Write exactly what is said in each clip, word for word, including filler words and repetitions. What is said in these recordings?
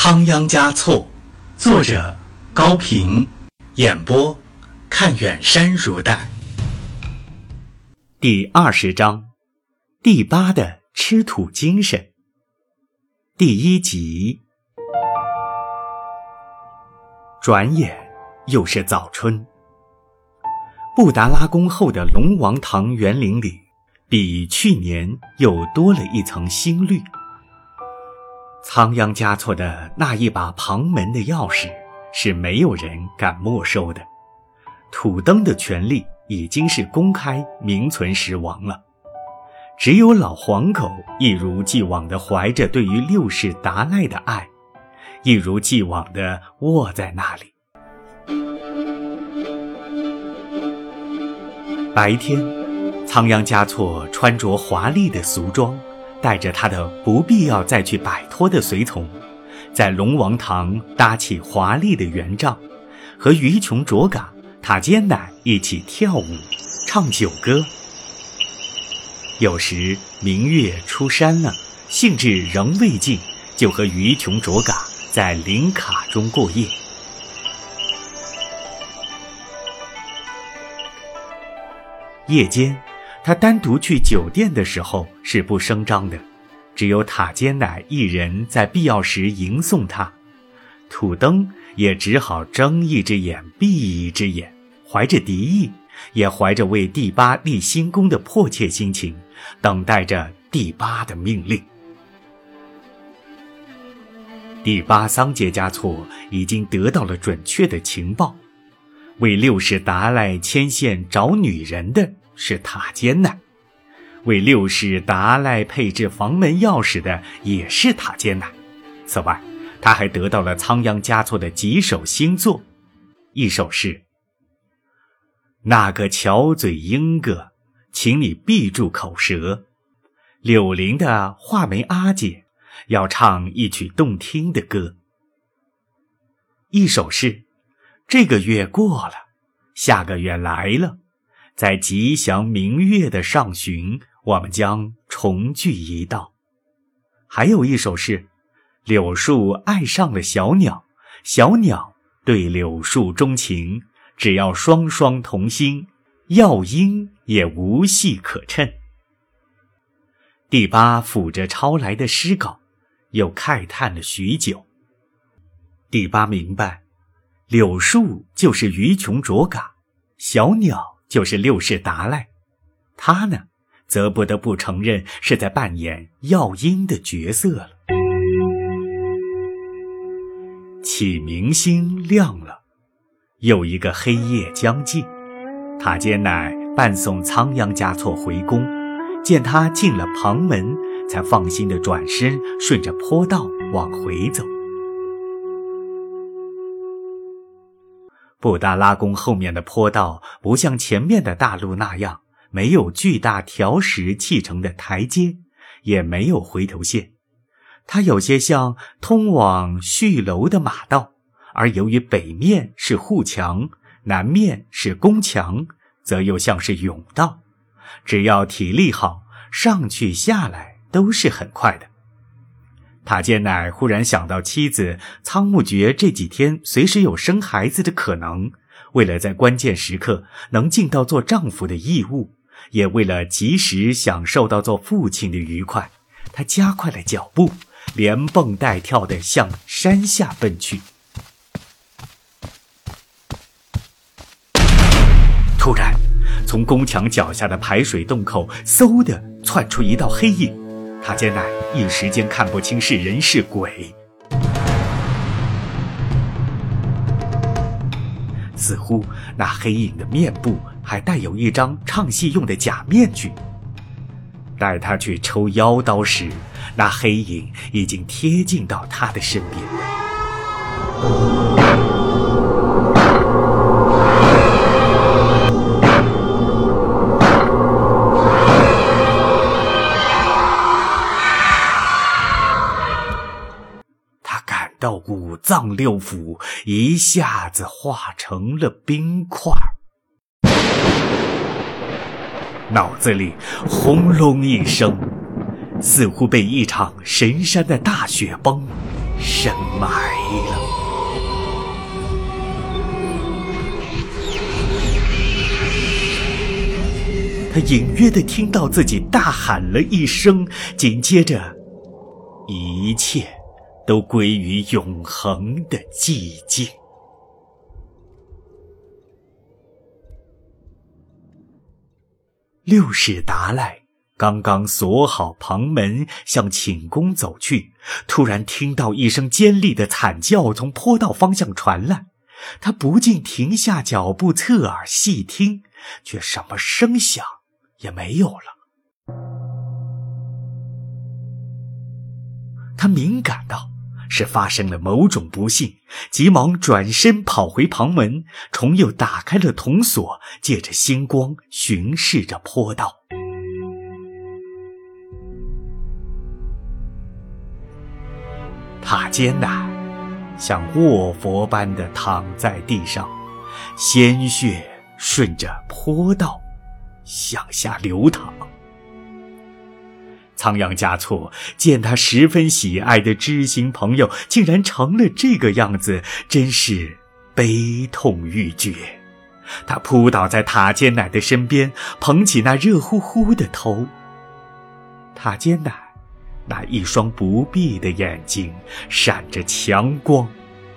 仓央嘉措，作者高平，演播看远山如黛。 第二十章，第八的吃土精神。第一集。转眼又是早春，布达拉宫后的龙王堂园林里，比去年又多了一层新绿。仓央嘉措的那一把旁门的钥匙是没有人敢没收的，土登的权力已经是公开名存实亡了。只有老黄狗一如既往地怀着对于六世达赖的爱，一如既往地卧在那里。白天，仓央嘉措穿着华丽的俗装，带着他的不必要再去摆脱的随从，在龙王堂搭起华丽的圆帐，和于琼卓嘎、塔尖乃一起跳舞唱酒歌。有时明月出山了，兴致仍未尽，就和于琼卓嘎在林卡中过夜。夜间他单独去酒店的时候是不声张的，只有塔尖乃一人在必要时迎送他，土登也只好睁一只眼闭一只眼，怀着敌意，也怀着为第八立新功的迫切心情，等待着第八的命令。第八桑杰嘉措已经得到了准确的情报，为六世达赖牵线找女人的是塔尖乃，为六世达赖配置房门钥匙的也是塔尖乃。此外，他还得到了仓央嘉措的几首新作，一首是：那个巧嘴英哥，请你闭住口舌。柳林的画眉阿姐要唱一曲动听的歌。一首是：这个月过了，下个月来了，在吉祥明月的上旬，我们将重聚一道。还有一首是：柳树爱上了小鸟，小鸟对柳树钟情，只要双双同心，药因也无戏可趁。第八抚着抄来的诗稿，又慨叹了许久。第八明白，柳树就是于琼卓嘎，小鸟就是六世达赖，他呢，则不得不承认是在扮演药因的角色了。启明星亮了，又一个黑夜将近，塔尖乃伴送仓央嘉措回宫，见他进了旁门，才放心地转身顺着坡道往回走。布达拉宫后面的坡道不像前面的大路那样没有巨大条石砌成的台阶，也没有回头线，它有些像通往序楼的马道，而由于北面是护墙，南面是宫墙，则又像是甬道，只要体力好，上去下来都是很快的。塔尖乃忽然想到妻子仓木觉这几天随时有生孩子的可能，为了在关键时刻能尽到做丈夫的义务，也为了及时享受到做父亲的愉快，他加快了脚步，连蹦带跳地向山下奔去。突然，从宫墙脚下的排水洞口嗖地窜出一道黑影，塔尖乃一时间看不清是人是鬼，似乎那黑影的面部还带有一张唱戏用的假面具。待他去抽腰刀时，那黑影已经贴近到他的身边。到五脏六腑一下子化成了冰块，脑子里轰隆一声，似乎被一场神山的大雪崩深埋了。他隐约地听到自己大喊了一声，紧接着一切都归于永恒的寂静。六世达赖刚刚锁好旁门，向寝宫走去，突然听到一声尖利的惨叫从坡道方向传来，他不禁停下脚步，侧耳细听，却什么声响也没有了。他敏感到是发生了某种不幸，急忙转身跑回旁门，重又打开了铜锁，借着星光巡视着坡道。塔尖乃像卧佛般地躺在地上，鲜血顺着坡道向下流淌。仓央嘉措见他十分喜爱的知心朋友竟然成了这个样子，真是悲痛欲绝。他扑倒在塔尖乃的身边，捧起那热乎乎的头。塔尖乃那一双不闭的眼睛闪着强光。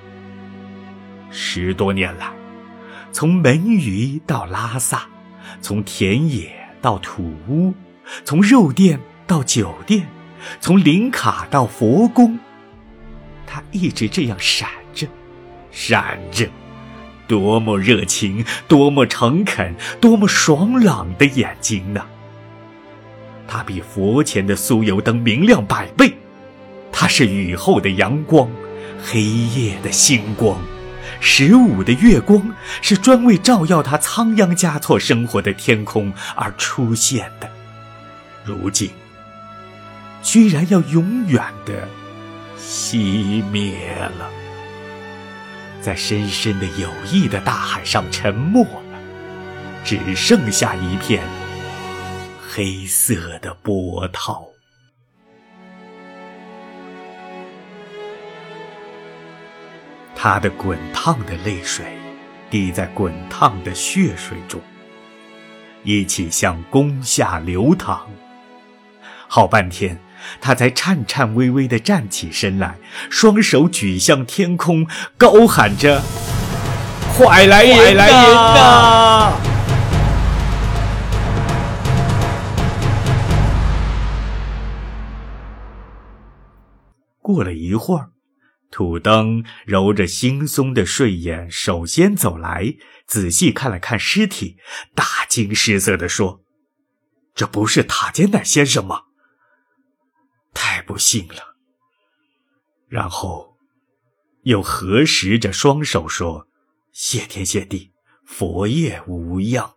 十多年来，从门隅到拉萨，从田野到土屋，从肉店到酒店，从灵卡到佛宫，他一直这样闪着闪着，多么热情，多么诚恳，多么爽朗的眼睛呢！它比佛前的酥油灯明亮百倍，它是雨后的阳光，黑夜的星光，十五的月光，是专为照耀他仓央嘉措生活的天空而出现的，如今居然要永远地熄灭了，在深深的有意的大海上沉没了，只剩下一片黑色的波涛。他的滚烫的泪水滴在滚烫的血水中，一起向宫下流淌。好半天，他才颤颤巍巍地站起身来，双手举向天空，高喊着：“快来人呐！快来人呐！”过了一会儿，土灯揉着惺忪的睡眼首先走来，仔细看了看尸体，大惊失色地说：“这不是塔尖乃先生吗？太不幸了。”然后又合十着双手说：“谢天谢地，佛业无恙。”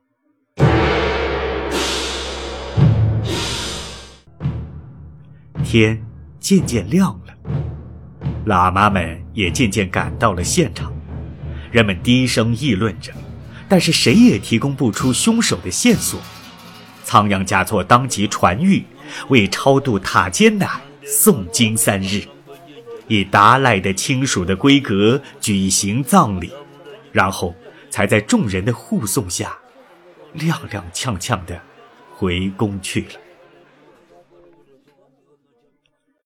天渐渐亮了，喇嘛们也渐渐赶到了现场，人们低声议论着，但是谁也提供不出凶手的线索。仓央嘉措当即传谕，为超度塔尖乃诵经三日，以达赖的亲属的规格举行葬礼，然后才在众人的护送下踉踉跄跄地回宫去了。